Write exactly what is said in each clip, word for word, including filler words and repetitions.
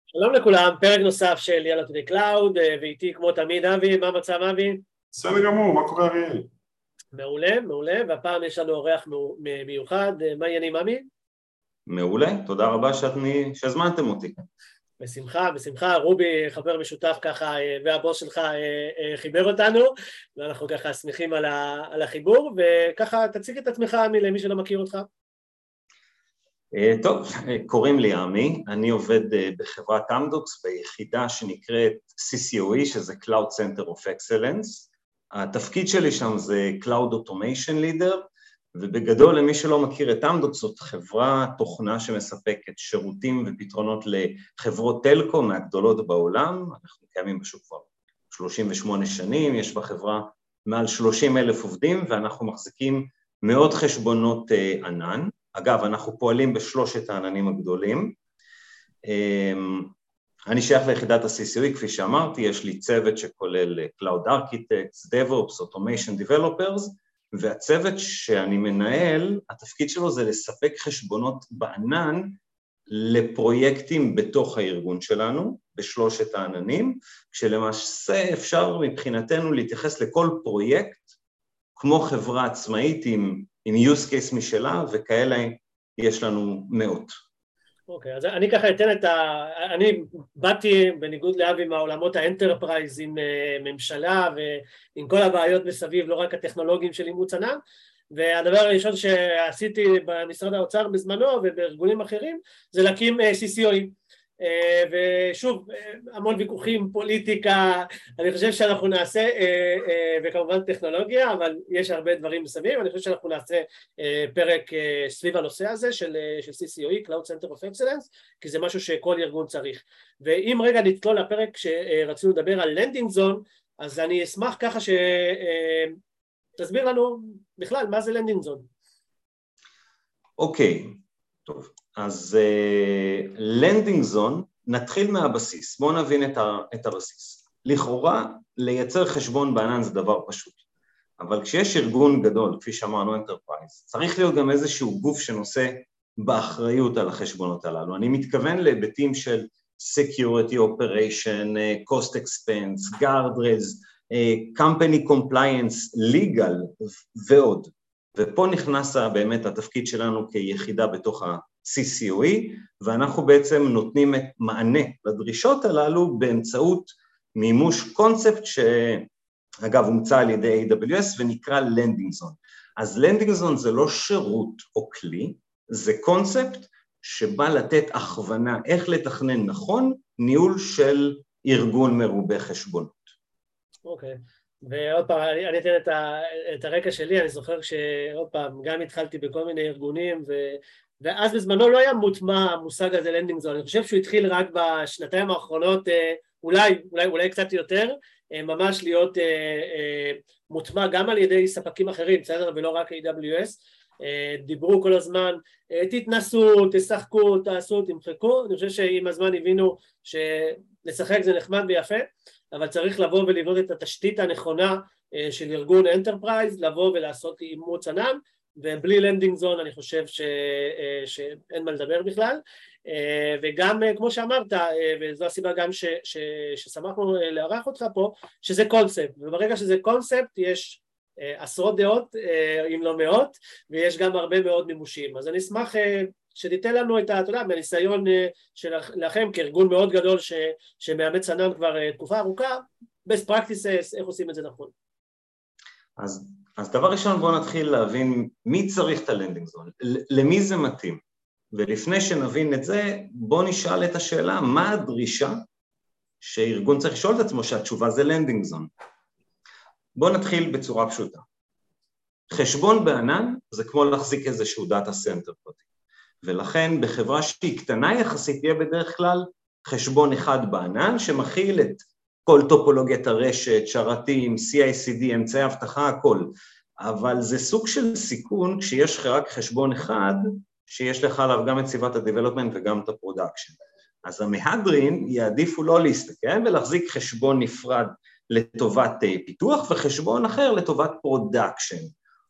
שלום לכולם, פרק נוסף של יאללה טודי קלאוד, ואיתי כמו תמיד אבי, מה מצב אבי? בסדר גמור, מה קורה אריאל? מעולה, מעולה, והפעם יש לנו אורח מיוחד, מה העניינים אבי? מעולה, תודה רבה שהזמנתם אותי. בשמחה, בשמחה, רובי חבר משותף ככה, והבוס שלך חיבר אותנו, ואנחנו ככה שמחים על החיבור, וככה תציג את עצמך אבי למי שלא מכיר אותך. טוב, קוראים לי עמי, אני עובד בחברת אמדוקס ביחידה שנקראת סי סי או אי, שזה Cloud Center of Excellence. התפקיד שלי שם זה Cloud Automation Leader, ובגדול למי שלא מכיר את אמדוקס, זאת חברה תוכנה שמספקת שירותים ופתרונות לחברות טלקום מהגדולות בעולם. אנחנו קיימים בשוק כבר שלושים ושמונה שנים, יש בחברה מעל שלושים אלף עובדים, ואנחנו מחזיקים מאות חשבונות ענן. אגב, אנחנו פועלים בשלושת העננים הגדולים. אני שייך ליחידת ה-סי סי או אי, כפי שאמרתי, יש לי צוות שכולל Cloud Architects, DevOps, Automation Developers, והצוות שאני מנהל, התפקיד שלו זה לספק חשבונות בענן לפרויקטים בתוך הארגון שלנו, בשלושת העננים, כשלמעשה אפשר מבחינתנו להתייחס לכל פרויקט, כמו חברה עצמאית עם, עם use case משלה, וכאלה יש לנו מאות. אוקיי, אז אני ככה אתן את ה... אני באתי בניגוד לאבי מהעולמות האנטרפרייז עם ממשלה ועם כל הבעיות מסביב, לא רק הטכנולוגיים של אימוץ ענן, והדבר הראשון שעשיתי במשרד האוצר בזמנו ובארגונים אחרים, זה להקים סי סי או אי. ושוב, המון ויכוחים, פוליטיקה, אני חושב שאנחנו נעשה, וכמובן טכנולוגיה, אבל יש הרבה דברים מסביב, אני חושב שאנחנו נעשה פרק סביב הנושא הזה של, של סי סי או אי, Cloud Center of Excellence, כי זה משהו שכל ארגון צריך. ואם רגע נתלול לפרק שרצינו לדבר על לנדינג זון, אז אני אשמח ככה שתסביר לנו בכלל מה זה לנדינג זון. אוקיי, טוב. אז לנדינג זון, נתחיל מהבסיס, בואו נבין את, ה, את הבסיס. לכאורה, לייצר חשבון בענן זה דבר פשוט, אבל כשיש ארגון גדול, כפי שאמרנו אנטרפרייז, צריך להיות גם איזשהו גוף שנושא באחריות על החשבונות הללו. אני מתכוון להיבטים של security operation, cost expense, guardrails, company compliance, legal ועוד. ופה נכנס באמת התפקיד שלנו כיחידה בתוך ה-סי סי או אי, ואנחנו בעצם נותנים את מענה לדרישות הללו באמצעות מימוש קונספט שאגב הומצא על ידי איי דאבליו אס ונקרא לנדינג זון. אז לנדינג זון זה לא שירות או כלי, זה קונספט שבא לתת הכוונה איך לתכנן נכון ניהול של ארגון מרובה חשבונות. אוקיי. Okay. ועוד פעם, אני, אני אתן את, ה, את הרקע שלי, אני זוכר שעוד פעם, גם התחלתי בכל מיני ארגונים, ו, ואז בזמנו לא היה מוטמע המושג הזה לנדינג זון, אני חושב שהוא התחיל רק בשנתיים האחרונות, אולי, אולי, אולי קצת יותר, ממש להיות מוטמע גם על ידי ספקים אחרים, בסדר? ולא רק איי דאבליו אס, דיברו כל הזמן, תתנסו, תשחקו, תעשו, תמחקו, אני חושב שעם הזמן הבינו שלשחק זה נחמד ויפה, אבל צריך לבוא ולבנות את התשתית הנכונה של ארגון אנטרפרייז, לבוא ולעשות אימוץ ענן, ובלי לנדינג זון אני חושב ש... שאין מה לדבר בכלל, וגם כמו שאמרת, וזו הסיבה גם ש... ש... ששמחנו לארח אותך פה, שזה קונספט, וברגע שזה קונספט יש עשרות דעות, אם לא מאות, ויש גם הרבה מאוד מימושים, אז אני אשמח שתיתן לנו את, אתה יודע, מהניסיון שלכם כארגון מאוד גדול ש, שמאמץ ענן כבר תקופה ארוכה, best practices, איך עושים את זה נכון. אז, אז דבר ראשון בואו נתחיל להבין מי צריך את הלנדינג זון, למי זה מתאים, ולפני שנבין את זה, בואו נשאל את השאלה, מה הדרישה שארגון צריך לשאול את עצמו שהתשובה זה לנדינג זון. בואו נתחיל בצורה פשוטה. חשבון בענן זה כמו להחזיק איזשהו דאטה סנטר פרטי. ולכן בחברה שהיא קטנה יחסית יהיה בדרך כלל חשבון אחד בענן שמכיל את כל טופולוגיית הרשת, שרתים, סי איי סי די, אמצעי אבטחה, הכל. אבל זה סוג של סיכון כשיש לך רק חשבון אחד, שיש לך עליו גם את סביבת ה-development וגם את ה-production. אז המהדרין יעדיפו לא להסתכל ולהחזיק חשבון נפרד לטובת פיתוח וחשבון אחר לטובת production.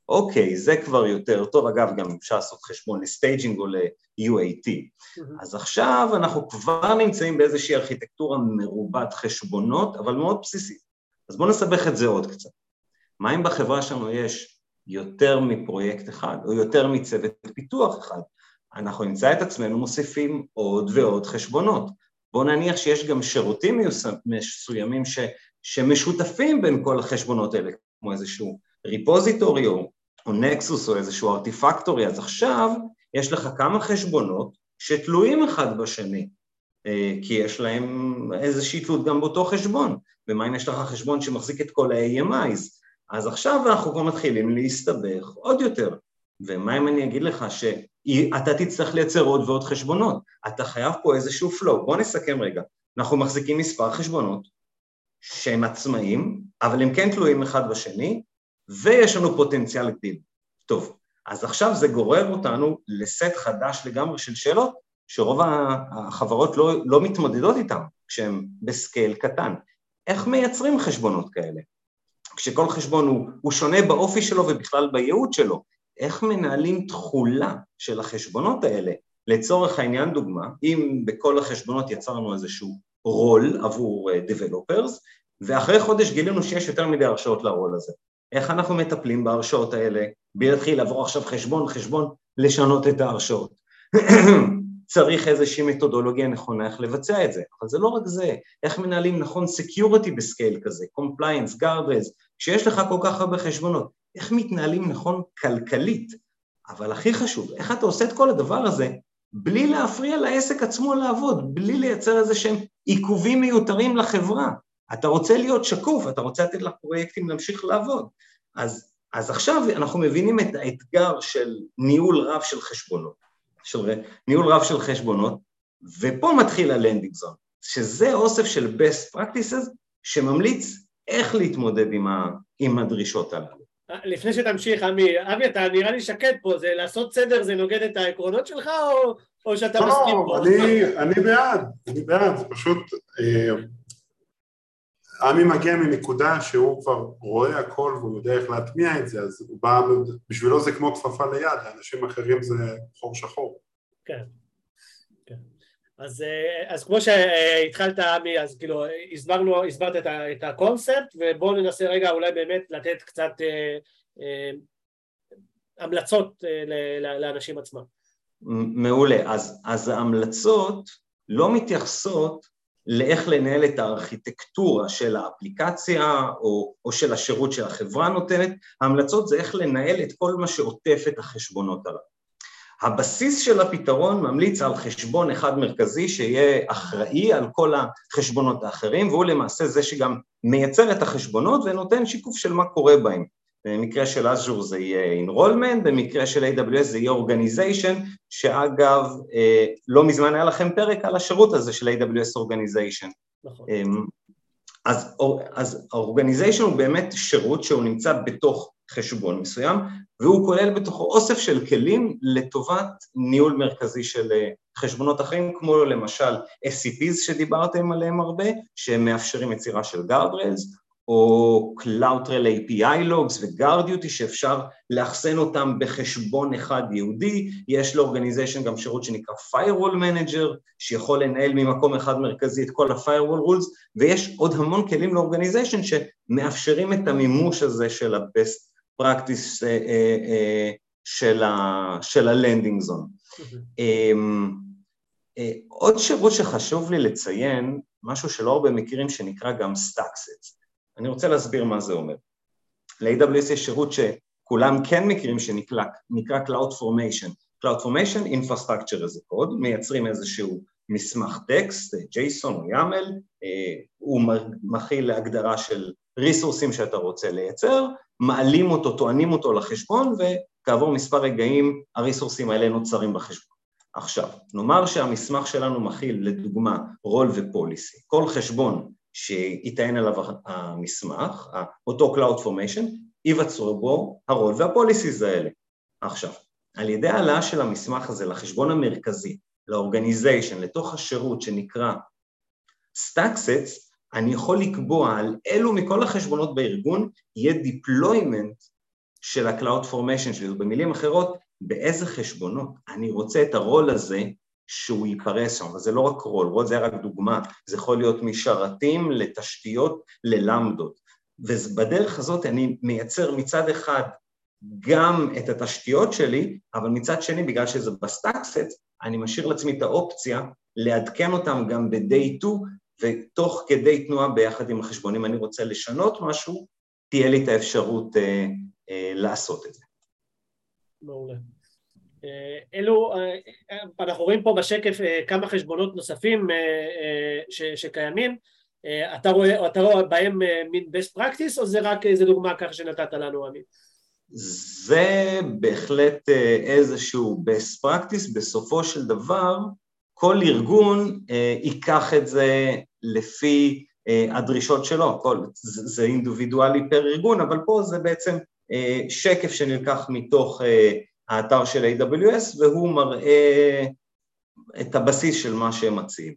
אוקיי, זה כבר יותר טוב, אגב, גם אפשר לעשות חשבון לסטייג'ינג או ל-יו איי טי. Mm-hmm. אז עכשיו אנחנו כבר נמצאים באיזושהי ארכיטקטורה מרובת חשבונות, אבל מאוד בסיסית. אז בואו נסבך את זה עוד קצת. מה אם בחברה שלנו יש יותר מפרויקט אחד, או יותר מצוות פיתוח אחד? אנחנו נמצא את עצמנו מוסיפים עוד ועוד חשבונות. בואו נניח שיש גם שירותים מסוימים ש, שמשותפים בין כל החשבונות האלה, כמו איזשהו ריפוזיטורי או, או נקסוס או איזשהו ארטיפקטורי, אז עכשיו יש לך כמה חשבונות שתלויים אחד בשני, כי יש להם איזושהי תלות גם באותו חשבון. ומה אם יש לך חשבון שמחזיק את כל ה-איי אם איז? אז עכשיו אנחנו כבר מתחילים להסתבך עוד יותר. ומה אם אני אגיד לך שאתה תצטרך לייצר עוד ועוד חשבונות? אתה חייב פה איזשהו flow. בוא נסכם רגע. אנחנו מחזיקים מספר חשבונות שהם עצמאיים, אבל הם כן תלויים אחד בשני, ויש לנו פוטנציאל גדיל. טוב, אז עכשיו זה גורר אותנו לסט חדש לגמרי של שאלות, שרוב החברות לא, לא מתמודדות איתן, כשהן בסקייל קטן. איך מייצרים חשבונות כאלה? כשכל חשבון הוא, הוא שונה באופי שלו ובכלל בייעוד שלו, איך מנהלים תחולה של החשבונות האלה? לצורך העניין דוגמה, אם בכל החשבונות יצרנו איזשהו רול עבור developers, ואחרי חודש גילינו שיש יותר מדי הרשאות לרול הזה. איך אנחנו מטפלים בהרשאות האלה? בלי להתחיל לעבור עכשיו חשבון, חשבון, לשנות את ההרשאות. צריך איזושהי מתודולוגיה נכונה איך לבצע את זה, אבל זה לא רק זה, איך מנהלים נכון security בסקייל כזה, compliance, guardrails, כשיש לך כל כך הרבה חשבונות, איך מתנהלים נכון כלכלית, אבל הכי חשוב, איך אתה עושה את כל הדבר הזה, בלי להפריע לעסק עצמו לעבוד, בלי לייצר איזה שהם עיכובים מיותרים לחברה, אתה רוצה להיות שקוף, אתה רוצה לתת לפרויקטים להמשיך לעבוד, אז, אז עכשיו אנחנו מבינים את האתגר של ניהול רב של חשבונות, של ניהול רב של חשבונות, ופה מתחיל הלנדינג זון, שזה אוסף של best practices שממליץ איך להתמודד עם, ה, עם הדרישות הללו. לפני שתמשיך, עמי, אבי, אתה נראה לי שקט פה, זה לעשות סדר, זה נוגד את העקרונות שלך, או, או שאתה מסכים פה? לא, אני, אני בעד, אני בעד, זה פשוט, עמי מגיע מנקודה שהוא כבר רואה הכל והוא יודע איך להטמיע את זה, אז הוא בא, בשבילו זה כמו כפפה ליד, לאנשים אחרים זה חור שחור. כן, כן. אז, אז כמו שהתחלת עמי, אז כאילו הסברנו, הסברת את, ה, את הקונספט, ובואו ננסה רגע אולי באמת לתת קצת אה, אה, המלצות אה, לאנשים עצמם. מעולה, אז, אז ההמלצות לא מתייחסות לאיך לנהל את הארכיטקטורה של האפליקציה או, או של השירות שהחברה נותנת, ההמלצות זה איך לנהל את כל מה שעוטף את החשבונות עליו. הבסיס של הפתרון ממליץ על חשבון אחד מרכזי שיהיה אחראי על כל החשבונות האחרים, והוא למעשה זה שגם מייצר את החשבונות ונותן שיקוף של מה קורה בהם. במקרה של Azure זה יהיה enrollment, במקרה של איי דאבליו אס זה יהיה organization, שאגב לא מזמן היה לכם פרק על השירות הזה של איי דאבליו אס organization. נכון. אז, אז ה-organization הוא באמת שירות שהוא נמצא בתוך חשבון מסוים, והוא כולל בתוכו אוסף של כלים לטובת ניהול מרכזי של חשבונות אחרים, כמו למשל אס סי פיז שדיברתם עליהם הרבה, שמאפשרים יצירה של guardrails, או CloudTrail איי פי איי Logs ו-Guard Duty שאפשר לאחסן אותם בחשבון אחד יהודי, יש לאורגניזיישן גם שירות שנקרא Firewall Manager, שיכול לנהל ממקום אחד מרכזי את כל ה-Firewall Rules, ויש עוד המון כלים לאורגניזיישן שמאפשרים את המימוש הזה של ה-Best Practice של ה-Landing Zone. עוד שירות שחשוב לי לציין, משהו שלא הרבה מכירים שנקרא גם StackSets. אני רוצה להסביר מה זה אומר. ל-איי דאבליו אס יש שירות שכולם כן מכירים שנקרא CloudFormation. CloudFormation, Infrastructure as a Code, מייצרים איזשהו מסמך טקסט, ג'ייסון או יאמל, הוא מכיל להגדרה של ריסורסים שאתה רוצה לייצר, מעלים אותו, טוענים אותו לחשבון, וכעבור מספר רגעים הריסורסים האלה נוצרים בחשבון. עכשיו, נאמר שהמסמך שלנו מכיל לדוגמה רול ופוליסי, כל חשבון שיתעין עליו המסמך, אותו CloudFormation, ייווצרו בו הרול והפוליסיז האלה. עכשיו, על ידי העלאה של המסמך הזה לחשבון המרכזי, לאורגניזיישן, לתוך השירות שנקרא StackSets, אני יכול לקבוע על אילו מכל החשבונות בארגון יהיה deployment של ה-Cloud Formation שלי, במילים אחרות, באיזה חשבונות אני רוצה את הרול הזה שהוא ייפרס שם, אבל זה לא רק רול, רול זה רק דוגמה, זה יכול להיות משרתים לתשתיות ללמדות, ובדרך הזאת אני מייצר מצד אחד גם את התשתיות שלי, אבל מצד שני, בגלל שזה בסטאקסט, אני משאיר לעצמי את האופציה לעדכן אותם גם ב-day two, ותוך כדי תנועה ביחד עם החשבונים, אני רוצה לשנות משהו, תהיה לי את האפשרות אה, אה, לעשות את זה. מעולה. אלו, אנחנו רואים פה בשקף כמה חשבונות נוספים ש, שקיימים, אתה רואה, אתה רואה בהם מין best practice, או זה רק איזו דוגמה כך שנתת לנו, עמית? זה בהחלט איזשהו best practice, בסופו של דבר, כל ארגון ייקח את זה לפי הדרישות שלו, כל, זה, זה אינדיבידואלי פר ארגון, אבל פה זה בעצם שקף שנלקח מתוך האתר של איי דאבליו אס, והוא מראה את הבסיס של מה שהם מציעים.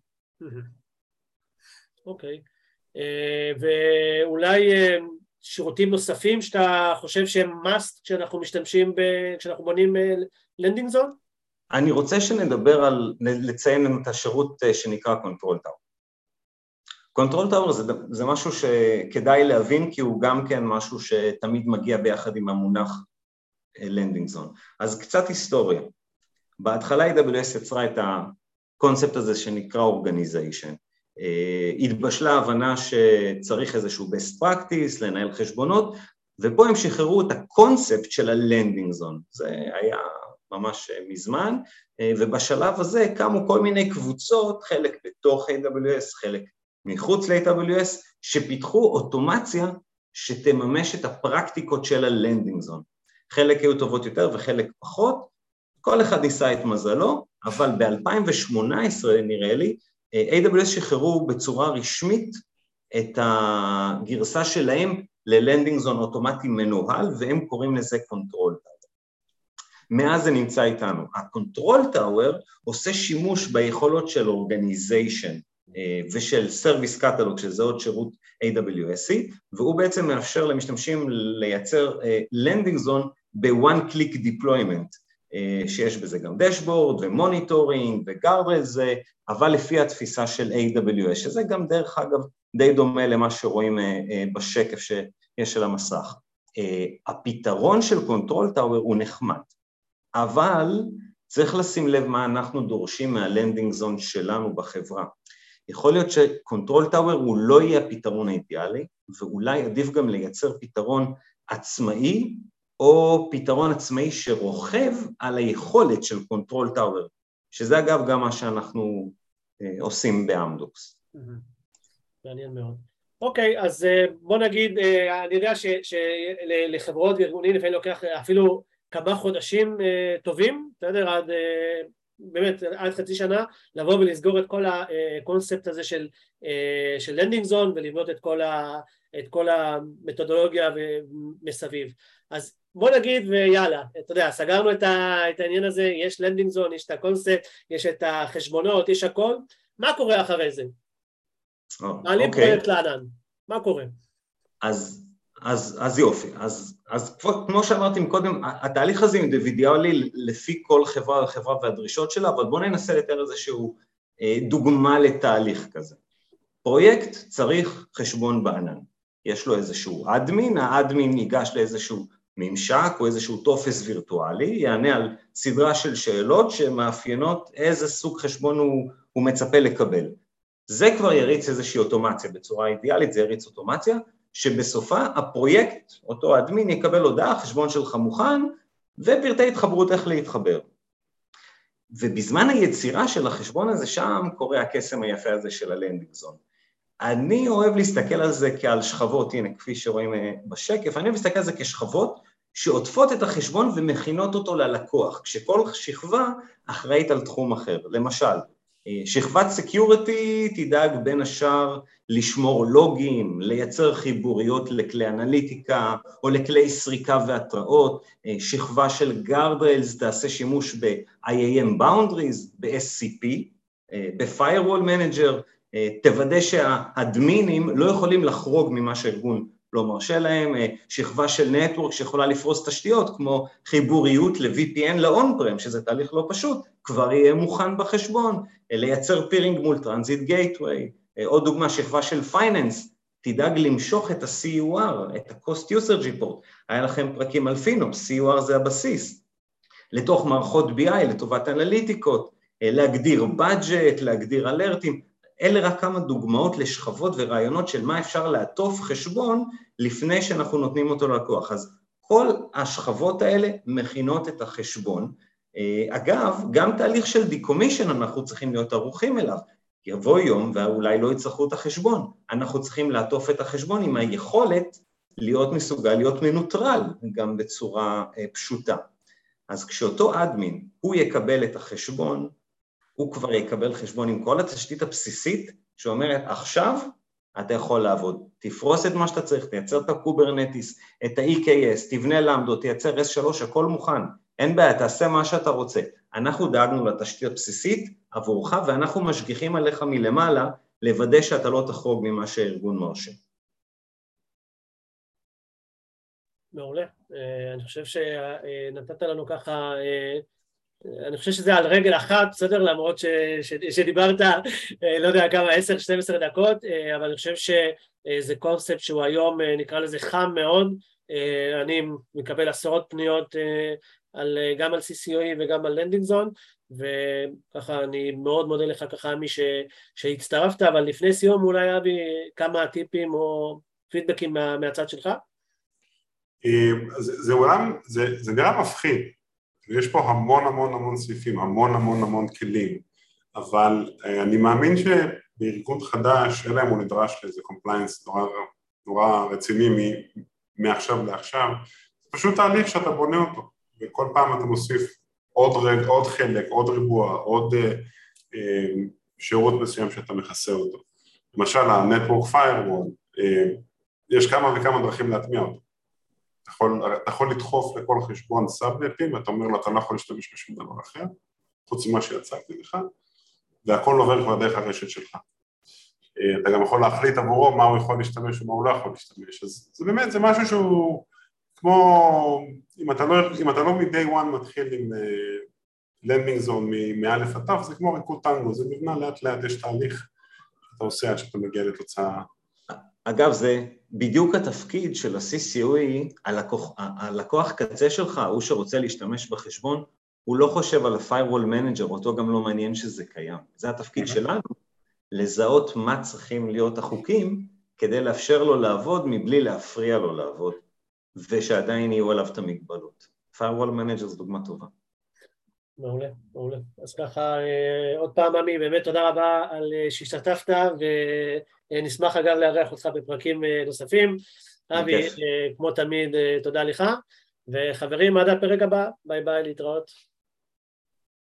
אוקיי, ואולי שירותים נוספים שאתה חושב שהם must כשאנחנו משתמשים, כשאנחנו בונים לנדינג זון? אני רוצה שנדבר על, לציין את השירות שנקרא Control Tower. Control Tower זה, זה משהו שכדאי להבין, כי הוא גם כן משהו שתמיד מגיע ביחד עם המונח לנדינג זון. אז קצת היסטוריה. בהתחלה איי דאבליו אס יצרה את הקונספט הזה שנקרא Organization. התבשלה הבנה שצריך איזשהו best practice, לנהל חשבונות, ופה הם שחררו את הקונספט של הלנדינג זון. זה היה ממש מזמן, ובשלב הזה קמו כל מיני קבוצות, חלק בתוך איי דאבליו אס, חלק מחוץ ל-איי דאבליו אס, שפיתחו אוטומציה שתממש את הפרקטיקות של הלנדינג זון. חלק היו טובות יותר וחלק פחות, כל אחד ניסה את מזלו, אבל ב-אלפיים שמונה עשרה נראה לי, איי דאבליו אס שחררו בצורה רשמית את הגרסה שלהם ללנדינג זון אוטומטי מנוהל, והם קוראים לזה Control Tower. מאז זה נמצא איתנו. ה-Control Tower עושה שימוש ביכולות של Organization ושל Service Catalog, שזה עוד שירות איי דאבליו אס, והוא בעצם מאפשר למשתמשים לייצר לנדינג זון ב-one click deployment, שיש בזה גם דשבורד ומוניטורינג וגארדריילס, אבל לפי התפיסה של איי דאבליו אס, שזה גם דרך אגב די דומה למה שרואים בשקף שיש על המסך. הפתרון של Control Tower הוא נחמד, אבל צריך לשים לב מה אנחנו דורשים מהלנדינג זון שלנו בחברה. יכול להיות ש-Control Tower הוא לא יהיה הפתרון האידיאלי, ואולי עדיף גם לייצר פתרון עצמאי, או פתרון עצמאי שרוכב על היכולת של Control Tower, שזה אגב גם מה שאנחנו אה, עושים באמדוקס. מעניין מאוד. אוקיי, אז בוא נגיד, אני יודע שלחברות וארגונים לפעמים לוקח אפילו כמה חודשים טובים, בסדר, עד... באמת עד חצי שנה, לבוא ולסגור את כל הקונספט הזה של, של לנדינג זון, ולבנות את כל, ה, את כל המתודולוגיה מסביב. אז בוא נגיד ויאללה, אתה יודע, סגרנו את, ה, את העניין הזה, יש לנדינג זון, יש את הקונספט, יש את החשבונות, יש הכל, מה קורה אחרי זה? מעלים אוקיי. פרויקט לענן, מה קורה? אז... אז, אז יופי, אז, אז כמו שאמרתי קודם, התהליך הזה אינדיבידואלי לפי כל חברה וחברה והדרישות שלה, אבל בואו ננסה לתאר איזשהו דוגמה לתהליך כזה. פרויקט צריך חשבון בענן, יש לו איזשהו אדמין, האדמין ניגש לאיזשהו ממשק או איזשהו טופס וירטואלי, יענה על סדרה של שאלות שמאפיינות איזה סוג חשבון הוא, הוא מצפה לקבל. זה כבר יריץ איזושהי אוטומציה, בצורה אידיאלית זה יריץ אוטומציה, שבסופה הפרויקט, אותו האדמין, יקבל הודעה, חשבון שלך מוכן, ופרטי התחברות איך להתחבר. ובזמן היצירה של החשבון הזה, שם קורה הקסם היפה הזה של הלנדינג זון. אני אוהב להסתכל על זה כעל שכבות, הנה, כפי שרואים בשקף, אני אוהב להסתכל על זה כשכבות שעוטפות את החשבון ומכינות אותו ללקוח, כשכל שכבה אחראית על תחום אחר. למשל, שכבת סקיוריטי תדאג בין השאר לשמור לוגים, לייצר חיבוריות לכלי אנליטיקה או לכלי סריקה והתראות, שכבה של Guardrails תעשה שימוש ב-איי איי אם Boundaries, ב-אס סי פי, ב-Firewall Manager, תוודא שהאדמינים לא יכולים לחרוג ממה שהארגון לא מרשה להם, שכבה של נטוורק שיכולה לפרוס תשתיות, כמו חיבוריות ל-וי פי אן ל-on-prem, שזה תהליך לא פשוט, כבר יהיה מוכן בחשבון, לייצר פירינג מול טרנזיט גייטווי, עוד דוגמה, שכבה של פייננס, תדאג למשוך את ה-סי יו אר, את ה-Cost Usage Report, היה לכם פרקים על פינופס, סי יו אר זה הבסיס, לתוך מערכות בי איי, לטובת אנליטיקות, להגדיר budget, להגדיר אלרטים, אלה רק כמה דוגמאות לשכבות ורעיונות של מה אפשר לעטוף חשבון לפני שאנחנו נותנים אותו ללקוח. אז כל השכבות האלה מכינות את החשבון. אגב, גם תהליך של דיקומישן אנחנו צריכים להיות ערוכים אליו. יבוא יום ואולי לא יצטרכו את החשבון. אנחנו צריכים לעטוף את החשבון עם היכולת להיות מסוגל, להיות מנוטרל, גם בצורה פשוטה. אז כשאותו אדמין, הוא יקבל את החשבון, הוא כבר יקבל חשבון עם כל התשתית הבסיסית, שאומרת, עכשיו אתה יכול לעבוד, תפרוס את מה שאתה צריך, תייצר את הקוברנטיס, את ה-אי קיי אס, תבנה למדות, תייצר אס שלוש, הכל מוכן, אין בעיה, תעשה מה שאתה רוצה. אנחנו דאגנו לתשתית הבסיסית עבורך, ואנחנו משגיחים עליך מלמעלה, לוודא שאתה לא תחרוג ממה שהארגון מרשה. מעולה, אני חושב שנתת לנו ככה, אני חושב שזה על רגל אחת, בסדר, למרות ש, ש, שדיברת, לא יודע כמה, עשר שתים עשרה דקות, אבל אני חושב שזה קונספט שהוא היום, נקרא לזה חם מאוד, אני מקבל עשרות פניות על, גם על סי סי או אי וגם על לנדינג זון, וככה אני מאוד מודה לך ככה מי ש, שהצטרפת, אבל לפני סיום אולי אבי כמה טיפים או פידבקים מה, מהצד שלך? זה, זה עולם, זה, זה נראה מפחיד, יש פה המון המון המון סעיפים, המון המון המון כלים, אבל אני מאמין שבארגון חדש, אלא אם הוא נדרש לאיזה קומפליינס נורא, נורא רציני מעכשיו לעכשיו, זה פשוט תהליך שאתה בונה אותו, וכל פעם אתה מוסיף עוד רד, עוד חלק, עוד ריבוע, עוד אה, שירות מסוים שאתה מכסה אותו. למשל, ה-Network Firewall, אה, יש כמה וכמה דרכים להטמיע אותו. אתה יכול, אתה יכול לדחוף לכל חשבון סאבנטים, ואתה אומר לו, אתה לא יכול להשתמש בשום דבר אחר, חוץ ממה שיצאתי לך, והכל עובר כבר דרך הרשת שלך. אתה גם יכול להחליט עבורו מה הוא יכול להשתמש ומה הוא לא יכול להשתמש, אז זה באמת, זה משהו שהוא כמו, אם אתה לא, אם אתה לא מ-day one מתחיל עם לנדינג זון מאלף עד תף, זה כמו ריקוד טנגו, זה נבנה לאט לאט, יש תהליך, אתה עושה עד שאתה מגיע לתוצאה. אגב, זה בדיוק התפקיד של ה-סי סי או אי, הלקוח, הלקוח קצה שלך, הוא שרוצה להשתמש בחשבון, הוא לא חושב על ה-Firewall Manager, אותו גם לא מעניין שזה קיים. זה התפקיד שלנו, לזהות מה צריכים להיות החוקים, כדי לאפשר לו לעבוד מבלי להפריע לו לעבוד, ושעדיין יהיו עליו את המגבלות. Firewall Manager זו דוגמה טובה. מעולה, מעולה. אז ככה, עוד פעם, עמי, באמת תודה רבה על שהשתתפת, ונשמח אגב לארח אותך בפרקים נוספים. אבי, כמו תמיד, תודה לך, וחברים, עד הפרק הבא, ביי ביי, להתראות.